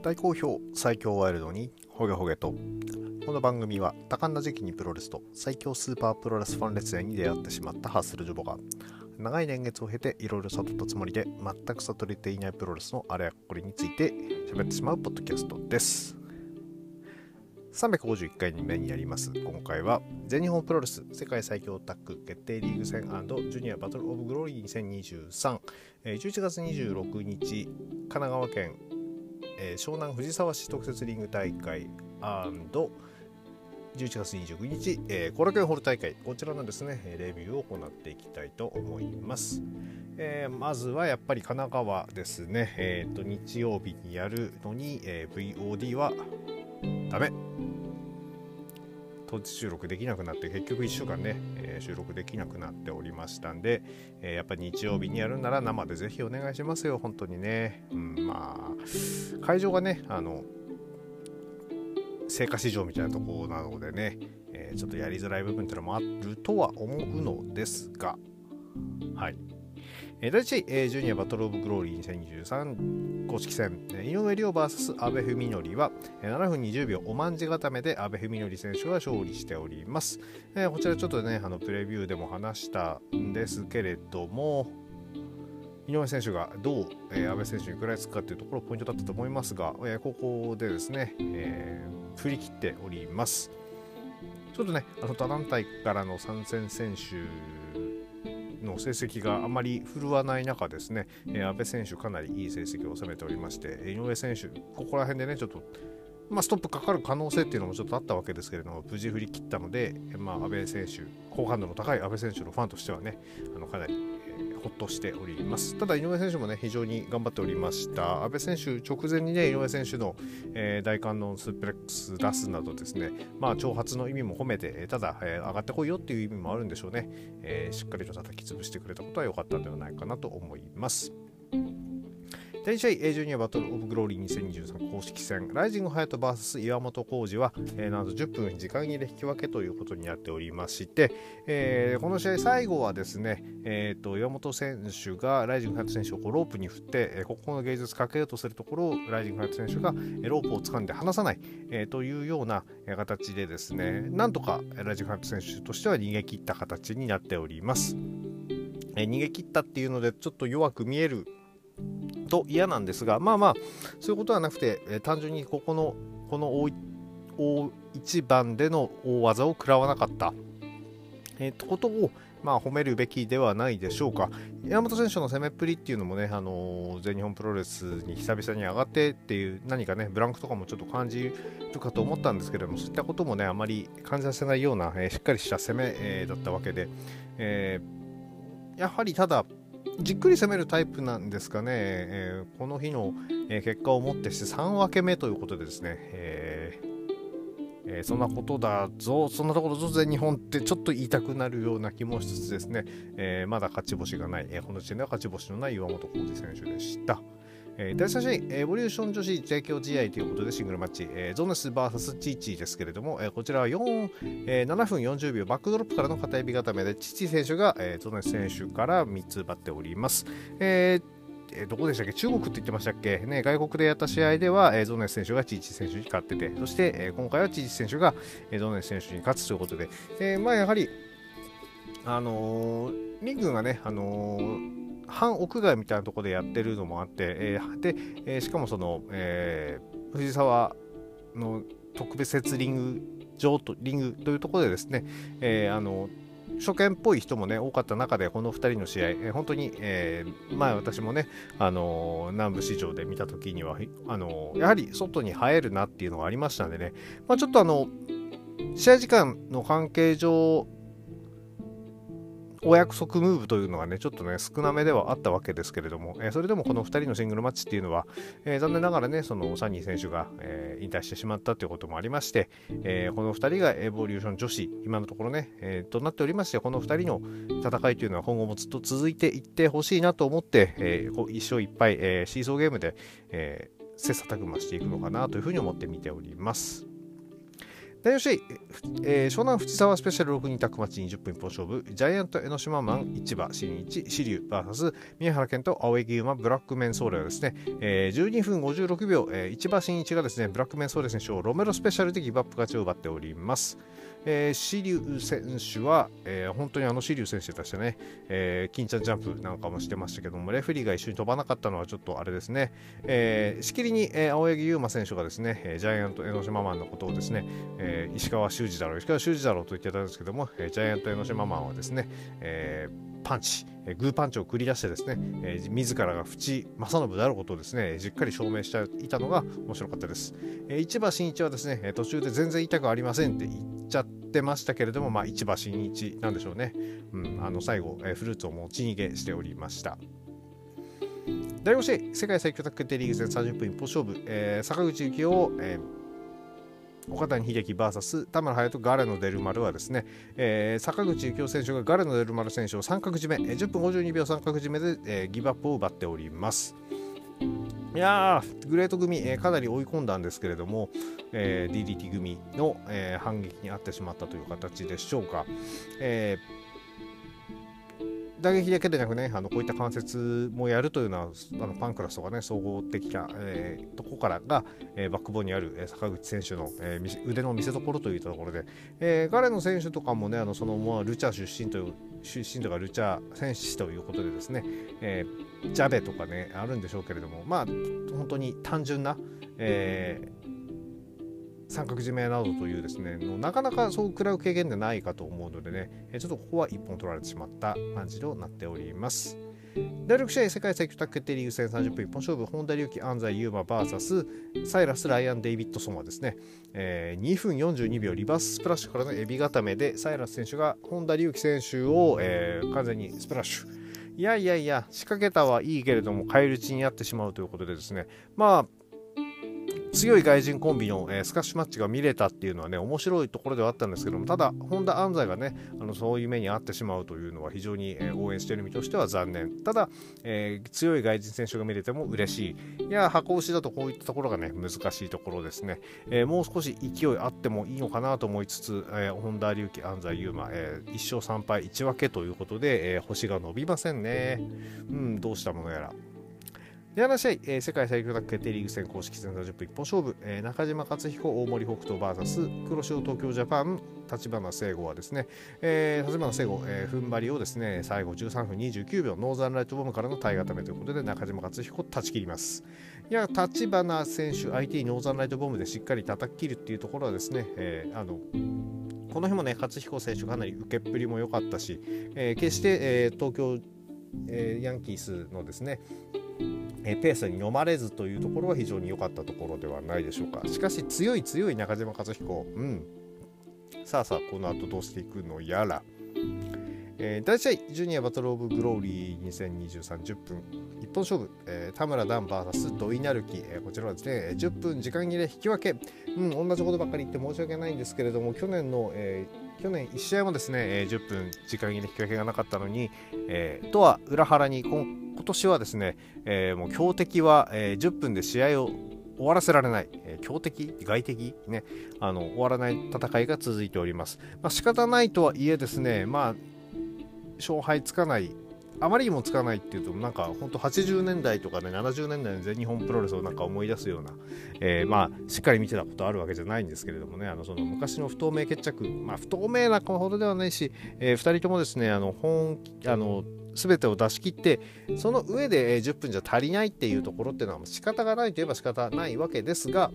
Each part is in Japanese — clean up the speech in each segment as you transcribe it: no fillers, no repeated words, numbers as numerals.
大好評最強ワイルドにホゲホゲと。この番組は多感な時期にプロレスと最強スーパープロレスファン列伝に出会ってしまったハッスルジョボが長い年月を経ていろいろ悟ったつもりで全く悟れていないプロレスのあれやこれについて喋ってしまうポッドキャストです。351回目になります。今回は全日本プロレス世界最強タッグ決定リーグ戦&ジュニアバトルオブグローリー2023、11月26日神奈川県、湘南藤沢市特設リング大会&11月29日、後楽園ホール大会、こちらのですねレビューを行っていきたいと思います。まずはやっぱり神奈川ですね。日曜日にやるのに、VOD はダメ、当日収録できなくなって結局1週間ね、収録できなくなっておりましたんで、やっぱり日曜日にやるなら生でぜひお願いしますよ、本当にね。会場がね青果市場みたいなところなのでね、ちょっとやりづらい部分っていうのもあるとは思うのですが、はい。第1試合、ジュニアバトルオブグローリー2023公式戦、井上涼 VS 阿部文則は7分20秒おまんじ固めで阿部文則選手が勝利しております。こちらちょっとねプレビューでも話したんですけれども、井上選手がどう、阿部選手に食らいつくかというところポイントだったと思いますが、ここでですね、振り切っております。ちょっとね他団体からの参戦選手の成績があまり振るわない中ですね、阿部選手かなりいい成績を収めておりまして、井上選手ここら辺でねちょっとストップかかる可能性っていうのもちょっとあったわけですけれども、無事振り切ったので、阿部選手、好感度の高い阿部選手のファンとしてはねかなりほっとしております。ただ井上選手もね非常に頑張っておりました。阿部選手直前にね井上選手の、大観音スープレックス出すなどですね、挑発の意味も込めて、ただ、上がってこいよっていう意味もあるんでしょうね。しっかりと叩き潰してくれたことは良かったんではないかなと思います。第1試合、ジュニアバトルオブグローリー2023公式戦、ライジングハヤト VS 岩本浩二は、なんと10分時間切れ引き分けということになっておりまして、この試合最後はですね、岩本選手がライジングハヤト選手をロープに振って、ここの芸術かけようとするところをライジングハヤト選手がロープを掴んで離さない、というような形でですね、なんとかライジングハヤト選手としては逃げ切った形になっております。逃げ切ったっていうのでちょっと弱く見えると嫌なんですが、そういうことはなくて、単純にこの大一番での大技を食らわなかった、ことを褒めるべきではないでしょうか。山本選手の攻めっぷりっていうのもね、全日本プロレスに久々に上がってっていう何かねブランクとかもちょっと感じるかと思ったんですけれども、そういったこともねあまり感じさせないような、しっかりした攻め、だったわけで、やはりただじっくり攻めるタイプなんですかね。この日の、結果をもってして3分け目ということでですね、そんなことだぞ、そんなところぞ全日本ってちょっと言いたくなるような気もしつつですね、まだ勝ち星がない、この時点では勝ち星のない岩本浩二選手でした。第3試合、エボリューション女子提供試合ということでシングルマッチ、ゾネス VS チーチーですけれども、こちらは7分40秒バックドロップからの片指固めでチーチー選手が、ゾネス選手から3つ奪っております。どこでしたっけ、中国って言ってましたっけ、ね、外国でやった試合では、ゾネス選手がチーチー選手に勝ってて、そして、今回はチーチー選手が、ゾネス選手に勝つということで、やはりリングがね、半屋外みたいなところでやってるのもあって、しかもその、藤沢の特別設リング場とリングというところでですね、初見っぽい人もね多かった中でこの2人の試合、本当に、前私もね、南部市場で見た時にはやはり外に映えるなっていうのがありましたんでね、ちょっと試合時間の関係上お約束ムーブというのがねちょっとね少なめではあったわけですけれども、それでもこの2人のシングルマッチっていうのは、残念ながらねそのサニー選手が、引退してしまったということもありまして、この2人がエボリューション女子今のところね、となっておりまして、この2人の戦いというのは今後もずっと続いていってほしいなと思って、一勝一敗、シーソーゲームで、切磋琢磨していくのかなというふうに思って見ております。 第4試合、湘南藤沢スペシャル6人タッグマッチ20分一本勝負、ジャイアント江ノ島マン、市場新一、紫龍 VS 宮原健と青柳優馬ブラックメンソーレはですね、12分56秒、市場新一がですね、ブラックメンソーレ選手をロメロスペシャルでギブアップ勝ちを奪っております。紫龍選手は、本当に紫龍選手でしたね、金ちゃんジャンプなんかもしてましたけども、レフェリーが一緒に飛ばなかったのはちょっとあれですね、しきりに、青柳優馬選手がですね、ジャイアント江ノ島マンのことをですね、石川修司だろうと言ってたんですけども、ジャイアント江ノ島マンはですね、パンチ、グーパンチを繰り出してですね、自らが淵正信であることをですね、しっかり証明していたのが面白かったです。市場新一はですね、途中で全然痛くありませんって言っちゃってましたけれども、市場新一なんでしょうね。最後、フルーツを持ち逃げしておりました。第5試合、世界最強タッグ決定リーグ戦30分一本勝負、坂口幸雄、岡谷秀樹 VS 田村隼人ガレのデルマルはですね、坂口幸雄選手がガレのデルマル選手を三角締め、10分52秒三角締めで、ギブアップを奪っております。いやー、グレート組、かなり追い込んだんですけれども、DDT 組の、反撃にあってしまったという形でしょうか。打撃だけでなくね、こういった関節もやるというのはパンクラスとかね、総合的な、とこからが、バックボーンにある、坂口選手の、腕の見せ所といったところで、彼の選手とかもね、ルチャー出身とかルチャー選手ということでですね、ジャベとかねあるんでしょうけれども、本当に単純な、三角締めなどというですね、なかなかそう食らう経験でないかと思うのでね、ちょっとここは1本取られてしまった感じとなっております。第6試合、世界最強タッグ決定リーグ戦30分一本勝負、本田隆起、安西優真 VS サイラス・ライアン・デイビッドソンはですね、2分42秒リバーススプラッシュからのエビ固めで、サイラス選手が本田隆起選手を、完全にスプラッシュ。いや仕掛けたはいいけれども返り討ちになってしまうということでですね、強い外人コンビの、スカッシュマッチが見れたっていうのはね、面白いところではあったんですけども、ただ本田安西がね、そういう目に遭ってしまうというのは非常に、応援している身としては残念。ただ、強い外人選手が見れても嬉しい。いや、箱押しだとこういったところがね、難しいところですね。もう少し勢いあってもいいのかなと思いつつ、本田隆起、安西優真、1勝3敗1分けということで、星が伸びませんね。どうしたものやら。第7試合、世界最強タッグ決定リーグ戦公式戦30分一本勝負、中島克彦、大森北斗 VS 黒潮東京ジャパン、橘聖吾はですね、橘聖吾、踏ん張りをですね、最後13分29秒、ノーザンライトボムからの体固めということで、中島克彦断ち切ります。いや、橘選手相手にノーザンライトボムでしっかり叩き切るっていうところはですね、この日もね、克彦選手かなり受けっぷりも良かったし、決して、東京、ヤンキースのですね、ペースに飲まれずというところは非常に良かったところではないでしょうか。しかし強い中島克彦、さあこの後どうしていくのやら。第1試合、ジュニアバトルオブグローリー2023 10分一本勝負、田村ダン VS 土井成樹、こちらはですね、10分時間切れ引き分け、同じことばっかり言って申し訳ないんですけれども、去年1試合もですね、10分時間切れ引き分けがなかったのに、とは裏腹に今年はですね、もう強敵は、10分で試合を終わらせられない、強敵外敵ね、終わらない戦いが続いております。仕方ないとはいえですね、勝敗つかない、あまりにもつかないっていうと、なんか本当80年代とかね、70年代の全日本プロレスをなんか思い出すような、しっかり見てたことあるわけじゃないんですけれどもね、その昔の不透明決着、不透明なほどではないし、2人ともですね、全てを出し切って、その上で10分じゃ足りないっていうところっていうのは仕方がないといえば仕方ないわけですが、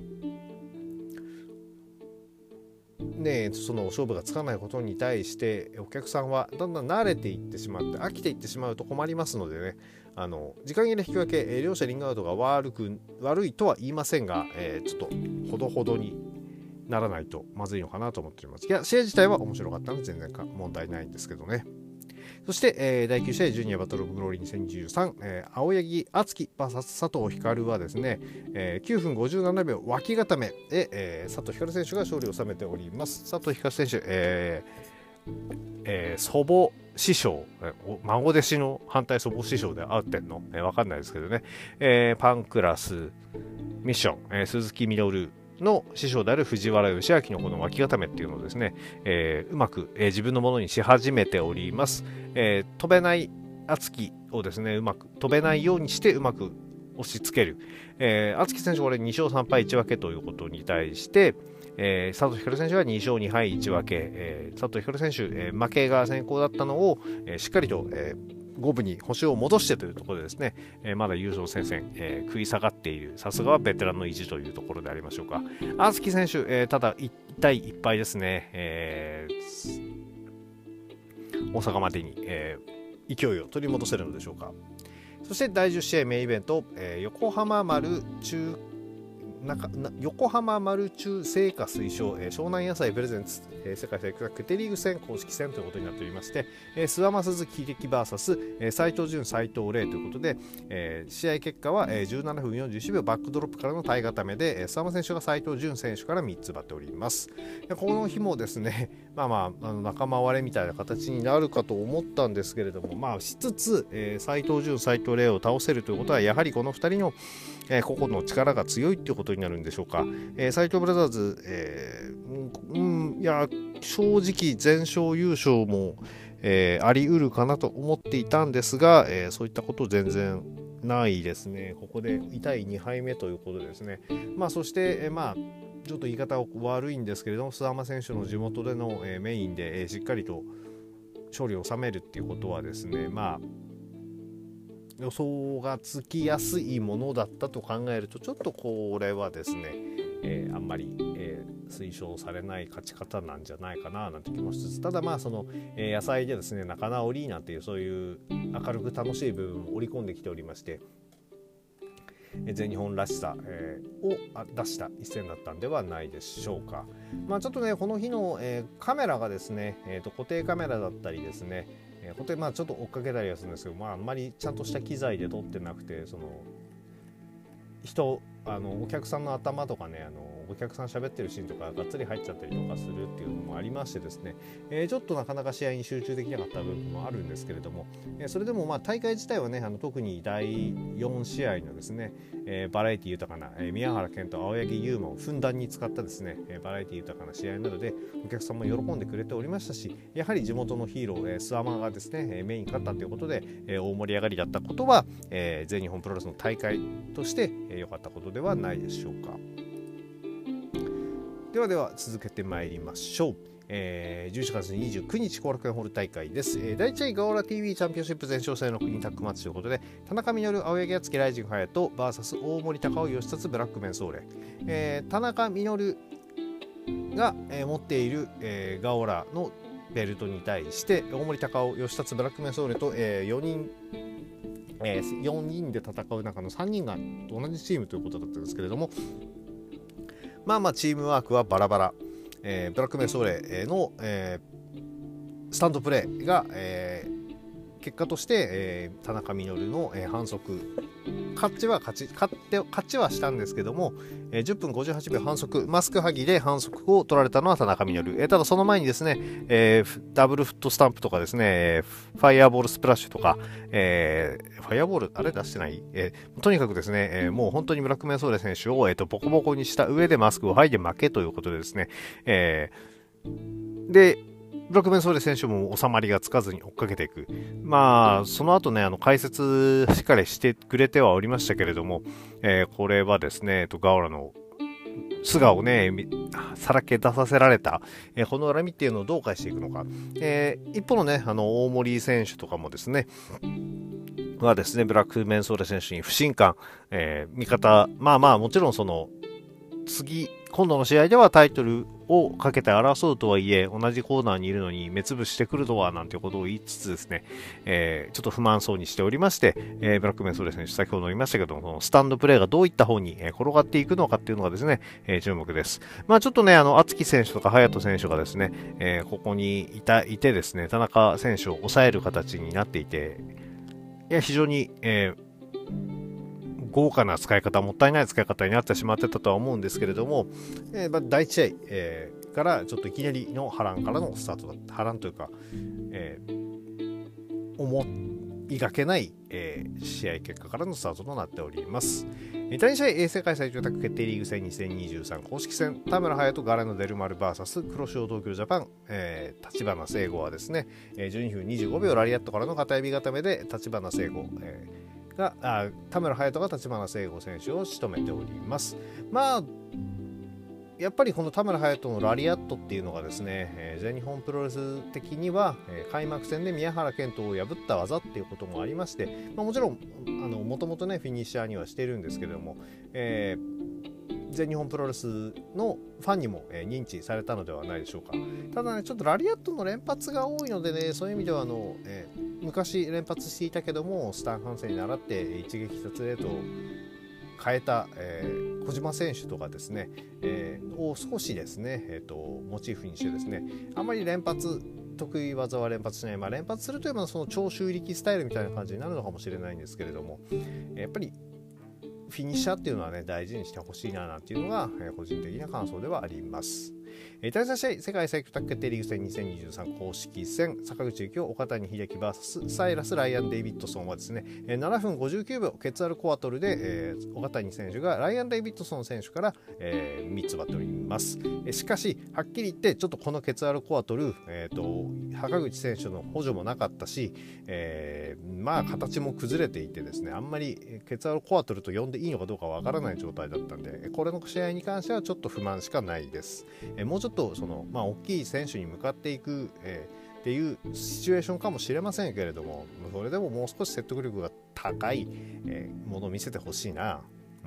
その勝負がつかないことに対してお客さんはだんだん慣れていってしまって飽きていってしまうと困りますのでね、時間切れ引き分け、両者リングアウトが悪いとは言いませんが、ちょっとほどほどにならないとまずいのかなと思っております。いや、試合自体は面白かったので全然問題ないんですけどね。そして、第9試合ジュニアバトルオブグローリー2023、青柳敦樹 VS 佐藤光はですね、9分57秒脇固めで、佐藤光選手が勝利を収めております。佐藤光選手、祖母師匠、孫弟子の反対祖母師匠で会ってんの、わかんないですけどね、パンクラスミッション、鈴木みのるの師匠である藤原義明のこの脇固めっていうのをですね、うまく、自分のものにし始めております。飛べない敦貴をですね、うまく飛べないようにしてうまく押し付ける。敦貴選手これ2勝3敗1分けということに対して、佐藤光選手は2勝2敗1分け、佐藤光選手、負けが先行だったのを、しっかりと、五分に星を戻してというところでですね、まだ優勝戦線、食い下がっている、さすがはベテランの意地というところでありましょうか。敦貴選手、ただ1対1敗ですね、大阪までに、勢いを取り戻せるのでしょうか。そして第10試合メインイベント、横浜丸中製菓推奨、湘南野菜プレゼンツ、世界最強決定リーグ戦公式戦ということになっておりまして、諏訪間鈴木秀樹 VS 斉藤潤斉藤麗ということで、試合結果は、17分41秒バックドロップからの体固めで、諏訪間選手が斉藤潤選手から3つ奪っております。この日もですね、仲間割れみたいな形になるかと思ったんですけれども、しつつ、斉藤潤斉藤麗を倒せるということはやはりこの2人の個々の力が強いということになるんでしょうか。斉藤ブラザーズ、いや正直全勝優勝も、あり得るかなと思っていたんですが、そういったこと全然ないですね。ここで痛い2敗目ということですね。そして、ちょっと言い方悪いんですけれども、諏訪間選手の地元での、メインで、しっかりと勝利を収めるっていうことはですね、予想がつきやすいものだったと考えると、ちょっとこれはですね、あんまり、推奨されない勝ち方なんじゃないかななんて気もしつつ、ただその、野菜でですね仲直りなんていうそういう明るく楽しい部分も織り込んできておりまして、全日本らしさ、を出した一戦だったんではないでしょうか。ちょっとねこの日の、カメラがですね、固定カメラだったりですね、固定ちょっと追っかけたりはするんですけど、あんまりちゃんとした機材で撮ってなくて、そのお客さんの頭とかね、お客さん喋ってるシーンとかがっつり入っちゃったりとかするっていうのもありましてですね、ちょっとなかなか試合に集中できなかった部分もあるんですけれども、それでも大会自体はね特に第4試合のですね、バラエティ豊かな、宮原健と青柳優馬をふんだんに使ったですね、バラエティ豊かな試合などでお客さんも喜んでくれておりましたし、やはり地元のヒーロー、諏訪間がですね、メイン勝ったということで、大盛り上がりだったことは、全日本プロレスの大会として良かったことではないでしょうか。では続けてまいりましょう。11月29日後楽園ホール大会です。第1試合ガオラ TV チャンピオンシップ前哨戦の国タッグマッチということで、田中稔、青柳敦樹、ライジン隼人 VS 大森高尾、吉達ブラックメンソーレ。田中稔が、持っている、ガオラのベルトに対して大森高尾、吉達ブラックメンソーレと、4人で戦う中の3人が同じチームということだったんですけれども、チームワークはバラバラ。ブラックメンソーレの、スタンドプレーが、結果として、田中稔の、反則勝ちはしたんですけども、10分58秒反則マスク剥ぎで反則を取られたのは田中稔。ただその前にですね、ダブルフットスタンプとかですね、ファイアーボールスプラッシュとか、ファイアーボールあれ出してない、とにかくですね、もう本当にブラックメンソーレ選手を、ボコボコにした上でマスクを剥いで負けということでですね、でブラックメンソーレ選手も収まりがつかずに追っかけていく。その後ね、解説しっかりしてくれてはおりましたけれども、これはですね、ガオラの素顔をね、さらけ出させられた、この恨みっていうのをどう返していくのか。一方のね、大森選手とかもですね、はですね、ブラックメンソーレ選手に不信感、味方、もちろんその、今度の試合ではタイトルをかけて争うとはいえ、同じコーナーにいるのに目つぶしてくるとはなんていうことを言いつつですね、ちょっと不満そうにしておりまして、ブラックメンソーレ選手、先ほど言いましたけども、そのスタンドプレーがどういった方に転がっていくのかっていうのがですね、注目です。ちょっとね、敦樹選手とか隼人選手がですね、ここにいてですね、田中選手を抑える形になっていて、非常に、豪華な使い方、もったいない使い方になってしまってたとは思うんですけれども、第1試合、からちょっといきなりの波乱からのスタートだった。波乱というか、思いがけない、 試合結果からのスタートとなっております。第2試合、世界最強タッグ決定リーグ戦2023公式戦、田村隼人ガラノデルマル VS 黒潮東京ジャパン、立花聖吾はですね、12分25秒ラリアットからの片指固めで立花聖吾、田村隼人が立花聖吾選手を仕留めております。まあやっぱりこの田村隼人のラリアットっていうのがですね、全日本プロレス的には、開幕戦で宮原健人を破った技っていうこともありまして、もちろんもともとねフィニッシャーにはしてるんですけれども、全日本プロレスのファンにも、認知されたのではないでしょうか。ただね、ちょっとラリアットの連発が多いのでね、そういう意味では昔連発していたけどもスタン・ハンセンに倣って一撃一つへと変えた、小島選手とかですね、を少しですね、モチーフにしてですね、あんまり連発得意技は連発しない、連発するといえばその長州力スタイルみたいな感じになるのかもしれないんですけれども、やっぱりフィニッシャーっていうのはね大事にしてほしいななんていうのが、個人的な感想ではあります。第3試合、世界最強タッグ決定リーグ戦2023公式戦、坂口幸雄岡谷秀樹 VS サイラス・ライアン・デイビッドソンはですね、7分59秒ケツアルコアトルで、岡谷選手がライアン・デイビッドソン選手から、3つ奪っております。しかしはっきり言ってちょっとこのケツアルコアトル、坂口選手の補助もなかったし、形も崩れていてですね、あんまりケツアルコアトルと呼んでいいのかどうかわからない状態だったんで、これの試合に関してはちょっと不満しかないです。もうちょっと大きい選手に向かっていく、っていうシチュエーションかもしれませんけれども、それでももう少し説得力が高い、ものを見せてほしいな。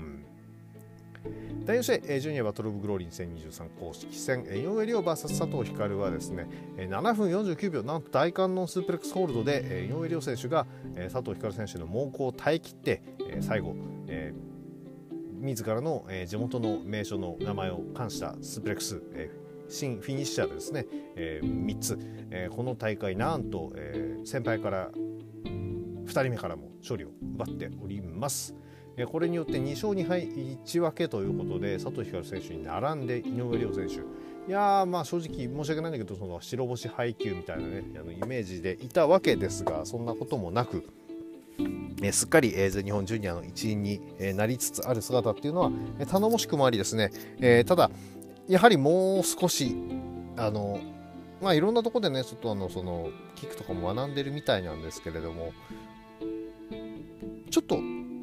第4試合、ジュニアバトルオブグローリー2023公式戦、井上涼 VS 佐藤光はですね、7分49秒、なんと大観音スープレックスホールドで、井上涼選手が、佐藤光選手の猛攻を耐え切って、最後、自らの、地元の名所の名前を冠したスープレックス、新フィニッシャーでですね、3つ、この大会なんと、先輩から2人目からも勝利を奪っております。これによって2勝2敗1分けということで佐藤光選手に並んで井上涼選手、いや正直申し訳ないんだけど、その白星配球みたいなねイメージでいたわけですが、そんなこともなく、すっかり、全日本ジュニアの一員に、なりつつある姿っていうのは、頼もしくもありですね、ただやはりもう少しいろんなところでねちょっとそのキックとかも学んでるみたいなんですけれども、ちょっと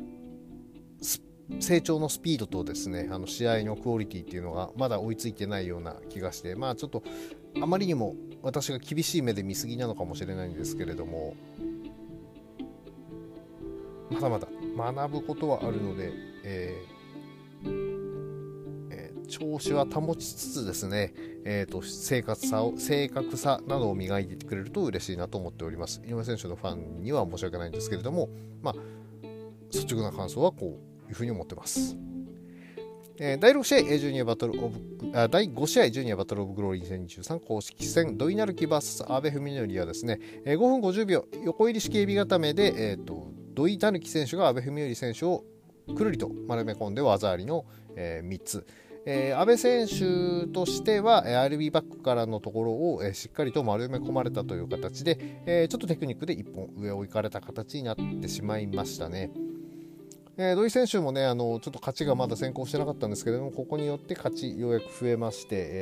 成長のスピードとですね試合のクオリティっていうのがまだ追いついてないような気がして、ちょっとあまりにも私が厳しい目で見過ぎなのかもしれないんですけれども、まだまだ学ぶことはあるので、調子は保ちつつですね、正確さなどを磨いていってくれると嬉しいなと思っております。井上選手のファンには申し訳ないんですけれども、率直な感想はこういうふうに思ってます。第6試合第5試合ジュニアバトルオブグローリー2023公式戦、土井成樹 VS 阿部文則はですね、5分50秒横入り式エビ固めで、土井成樹選手が阿部文則選手をくるりと丸め込んで技ありの、3つ、阿部選手としては RB バックからのところを、しっかりと丸め込まれたという形で、ちょっとテクニックで1本上を行かれた形になってしまいましたね。土井選手もねちょっと勝ちがまだ先行してなかったんですけれども、ここによって勝ちようやく増えまして、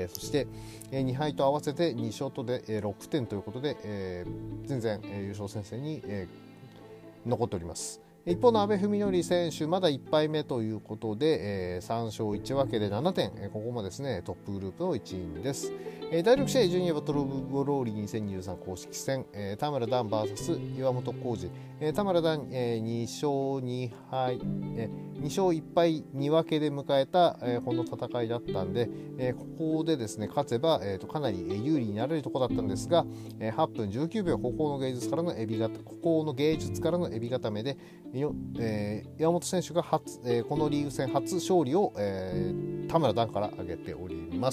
そして、2敗と合わせて2ショートで、6点ということで、全然、優勝戦線に、残っております。一方の阿部文則選手まだ1敗目ということで、3勝1分けで7点、ここもですねトップグループの一員です。第6試合ジュニアバトルオブグローリー2023公式戦、田村段 VS 岩本浩二、田村段、2勝2敗、2勝1敗2分けで迎えた、この戦いだったんで、ここでですね勝てば、かなり有利になれるところだったんですが、8分19秒孤高の芸術からのエビ固めで岩本選手がこのリーグ戦初勝利を、田村段から挙げております。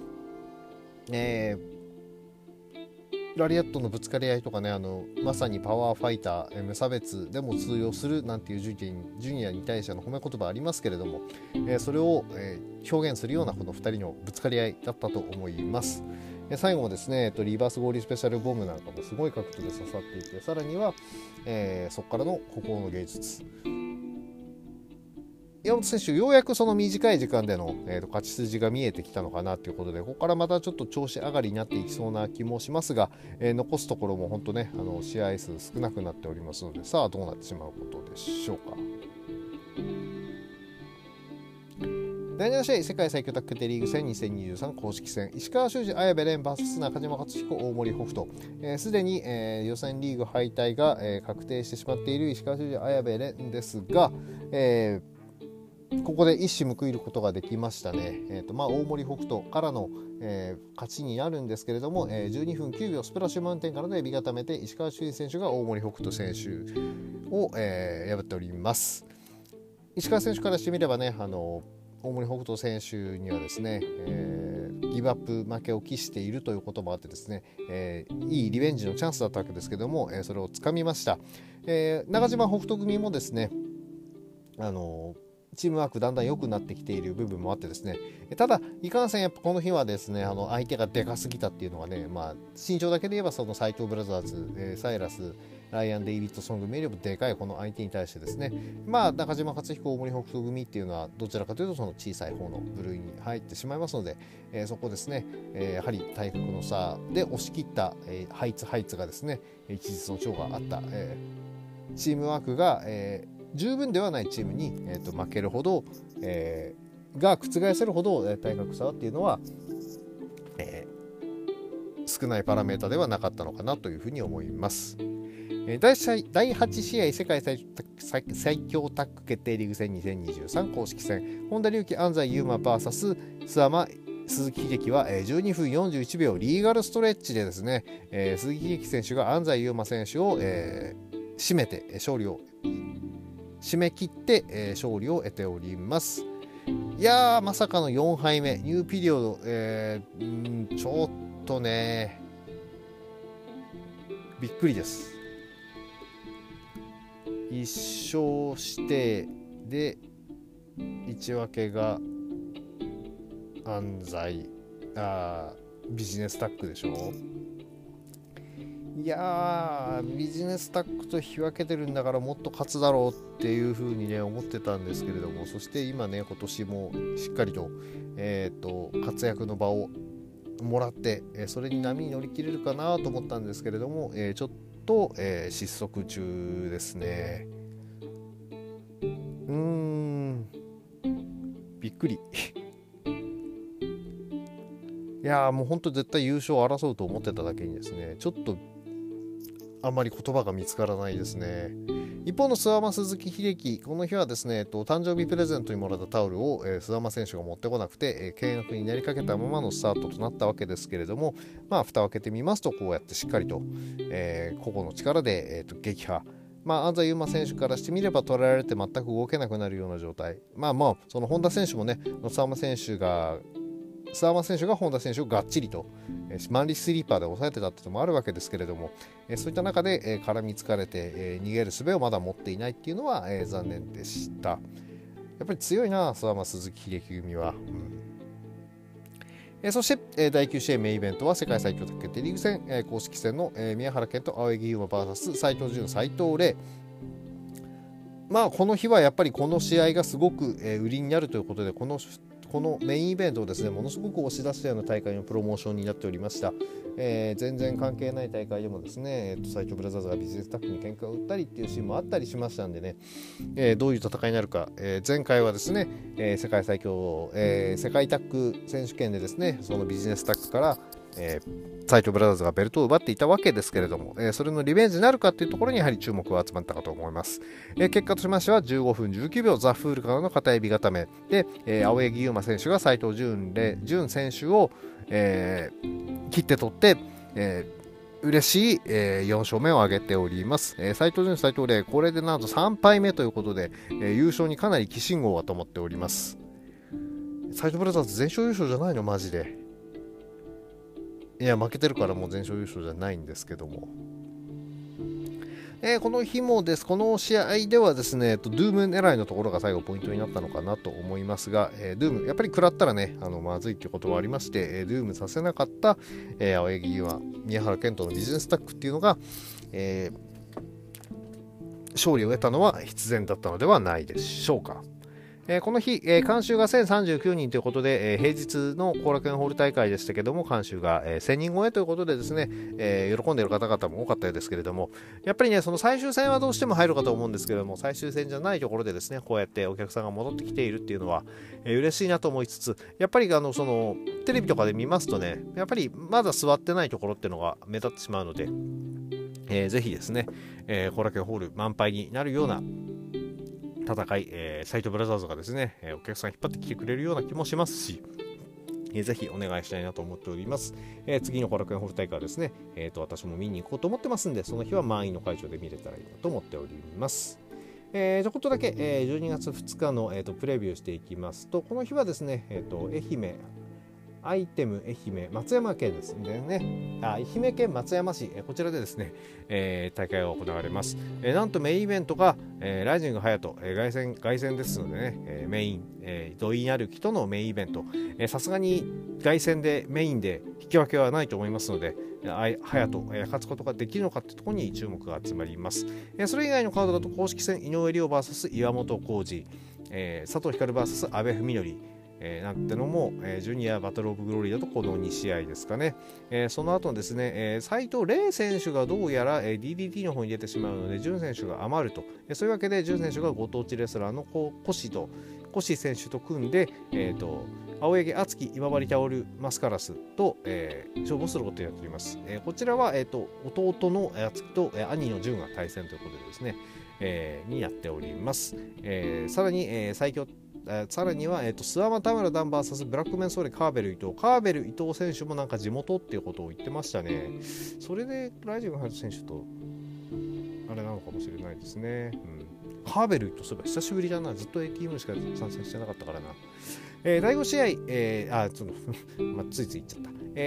ラリアットのぶつかり合いとかねまさにパワーファイター、無差別でも通用するなんていうジュニアに対しての褒め言葉ありますけれども、それを、表現するようなこの2人のぶつかり合いだったと思います。 最後もですね、リバースゴーリースペシャルボムなんかもすごい角度で刺さっていて、さらには、そこからの孤高の芸術。山本選手、ようやくその短い時間での、勝ち筋が見えてきたのかなということで、ここからまたちょっと調子上がりになっていきそうな気もしますが、残すところも本当ね、試合数少なくなっておりますので、さあどうなってしまうことでしょうか。第7試合、世界最強タッグ決定リーグ戦2023公式戦、石川修司、綾部蓮 VS 中島克彦、大森北斗。すでに、予選リーグ敗退が、確定してしまっている石川修司、綾部蓮ですが、ここで一矢報いることができましたね。大森北斗からの、勝ちになるんですけれども、12分9秒スプラッシュマウンテンからのエビ固めて石川修司選手が大森北斗選手を、破っております。石川選手からしてみればね、大森北斗選手にはですね、ギブアップ負けを喫しているということもあってですね、いいリベンジのチャンスだったわけですけども、それをつかみました。中島北斗組もですね、チームワークだんだん良くなってきている部分もあってですね、ただいかんせんやっぱこの日はですね、相手がでかすぎたっていうのがね、身長だけで言えばその斎藤ブラザーズ、サイラス、ライアン・デイビッドソン組よりもでかいこの相手に対してですね、中島克彦、大森北斗組っていうのはどちらかというとその小さい方の部類に入ってしまいますので、そこですね、やはり体格の差で押し切った、ハイツがですね、一日の長があった、チームワークが、十分ではないチームに、負けるほど、が覆せるほど体格差っていうのは、少ないパラメータではなかったのかなというふうに思います。第8試合世界最強タッグ決定リーグ戦2023公式戦、本田隆起、安西優真 VS 諏訪間鈴木秀樹は12分41秒リーガルストレッチでですね、鈴木秀樹選手が安西優真選手を、締め切って、勝利を得ております。いやー、まさかの4敗目ニューピリオド、ちょっとねびっくりです。1勝してで1分けが安西ビジネスタッグでしょ。いやー、ビジネスタッグと引き分けてるんだからもっと勝つだろうっていう風にね思ってたんですけれども、そして今ね今年もしっかりと、活躍の場をもらって、それに波に乗り切れるかなと思ったんですけれども、ちょっと、失速中ですね。びっくりいやー、もう本当絶対優勝を争うと思ってただけにですね、ちょっとあんまり言葉が見つからないですね。一方の諏訪間鈴木秀樹、この日はですね、誕生日プレゼントにもらったタオルを、諏訪間選手が持ってこなくて、契約になりかけたままのスタートとなったわけですけれども、蓋を開けてみますとこうやってしっかりと、個々の力で、撃破、安西優真選手からしてみれば取られて全く動けなくなるような状態、その本田選手もね、諏訪間選手が本田選手をがっちりとマンリスリーパーで抑えてたっていうのもあるわけですけれども、そういった中で絡みつかれて逃げる術をまだ持っていないっていうのは残念でした。やっぱり強いな諏訪間鈴木秀樹組は、そして第9試合メインイベントは世界最強タッグ決定リーグ戦公式戦の宮原健人青柳優馬 VS 斉藤潤斉藤麗。この日はやっぱりこの試合がすごく売りになるということで、このメインイベントをですねものすごく押し出したような大会のプロモーションになっておりました。全然関係ない大会でもですね、最強ブラザーズがビジネスタッフに喧嘩を打ったりっていうシーンもあったりしましたんでね、どういう戦いになるか、前回はですね、世界最強、世界タッグ選手権でですねそのビジネスタッグから最強ブラザーズがベルトを奪っていたわけですけれども、それのリベンジになるかっていうところにやはり注目が集まったかと思います。結果としましては15分19秒ザ・フールからの片指固めで、青柳優馬選手が斉藤潤選手を、切って取って、嬉しい、4勝目を挙げております。斉藤潤、斉藤麗、これでなんと3敗目ということで、優勝にかなり寄進号がと思っております。斉藤ブラザーズ全勝優勝じゃないのマジで。いや負けてるからもう全勝優勝じゃないんですけども、 この日もこの試合ではですね、ドゥーム狙いのところが最後ポイントになったのかなと思いますが、ドゥーム、やっぱり食らったらね、まずいということもありまして、ドゥームさせなかった、青柳優馬、宮原健人のビジネスタックっていうのが、勝利を得たのは必然だったのではないでしょうか。この日、観衆が1039人ということで、平日の後楽園ホール大会でしたけども、観衆が、1000人超えということでですね、喜んでいる方々も多かったようですけれども、やっぱりね、その最終戦はどうしても入るかと思うんですけれども、最終戦じゃないところでですね、こうやってお客さんが戻ってきているっていうのは、嬉しいなと思いつつ、やっぱりそのテレビとかで見ますとね、やっぱりまだ座ってないところっていうのが目立ってしまうので、ぜひですね、後楽園ホール満杯になるような戦い、サイトブラザーズがですね、お客さん引っ張ってきてくれるような気もしますし、ぜひお願いしたいなと思っております。次の後楽園ホール大会はですね、私も見に行こうと思ってますんで、その日は満員の会場で見れたらいいなと思っております。ちょこっとだけ、12月2日の、プレビューしていきますと、この日はですね、愛媛アイテム愛媛松山県ですね、愛媛県松山市、こちらでですね、大会が行われます。なんとメインイベントが、ライジングハヤト、凱旋ですのでね、メイン、土井成樹とのメインイベント、さすがに凱旋でメインで引き分けはないと思いますので、ハヤト、勝つことができるのかというところに注目が集まります。それ以外のカードだと公式戦井上涼 VS 岩本浩二、佐藤光 VS 阿部文則、なんてのも、ジュニアバトルオブグローリーだとこの2試合ですかね。その後ですね、斉藤麗選手がどうやら、DDT の方に出てしまうので、潤選手が余ると。そういうわけで、潤選手がご当地レスラーの越選手と組んで、青柳敦樹、今治タオルマスカラスと、勝負をすることになっております。こちらは、弟の敦樹と、兄の潤が対戦ということでですね、になっております。さらに、さらには、諏訪間田村ダン VS ブラックメンソーレカーベル伊藤選手もなんか地元っていうことを言ってましたね。それでライジングハヤト選手とあれなのかもしれないですね。カーベルとそういえば久しぶりだな。ずっと ATM しか参戦してなかったからな。第5試合、ついつい言っちゃった。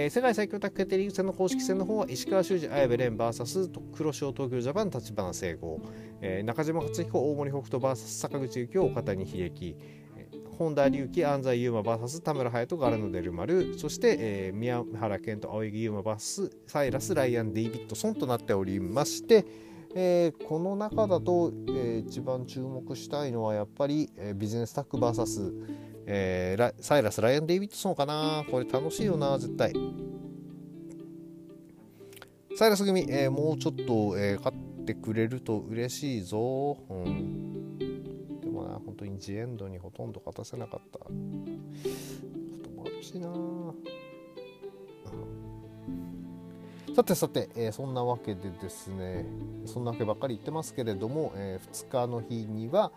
世界最強タッグ決定リーグ戦の公式戦の方は石川修司、綾部蓮 VS 黒潮東京ジャパン、立花聖吾、中島克彦、大森北斗 VS 坂口幸男、岡谷秀樹、本田隆起、安西優馬 VS 田村隼人、ガラノデルマル、そして、宮原健人、青柳優馬 VS サイラス、ライアン・デイビッドソンとなっておりまして、この中だと、一番注目したいのはやっぱり、ビジネスタック VS、サイラス、ライアン・デイビッドソンかな。これ楽しいよな、絶対。サイラス組、もうちょっと、勝ってくれると嬉しいぞ。でもな、本当にジエンドにほとんど勝たせなかったこともあるしな。さて、そんなわけでですね、そんなわけばっかり言ってますけれども、2日の日には、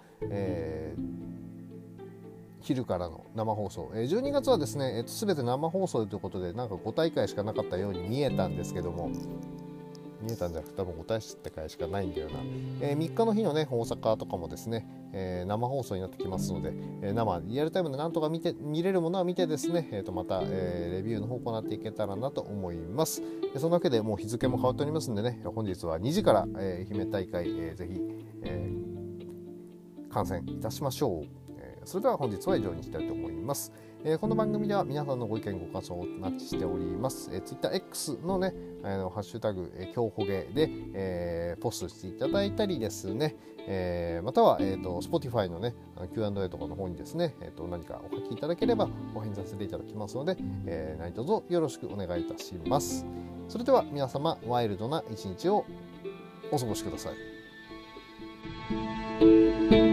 昼からの生放送、12月はですね、全て生放送ということで、なんか5大会しかなかったように見えたんですけども、見えたんじゃなくて多分5大会しかないんだよな。3日の日のね、大阪とかもですね、生放送になってきますので、生リアルタイムでなんとか見れるものは見てですね、また、レビューの方を行っていけたらなと思います。そんなわけでもう日付も変わっておりますんでね、本日は2時から愛媛大会、ぜひ、観戦いたしましょう。それでは本日は以上にしたいと思います。この番組では皆さんのご意見ご感想をお待ちしております。TwitterX のね、ハッシュタグ、今日ほげで、ポストしていただいたりですね、または、Spotify のね、Q&A とかの方にですね、何かお書きいただければお返事させていただきますので、何卒よろしくお願いいたします。それでは皆様、ワイルドな一日をお過ごしください。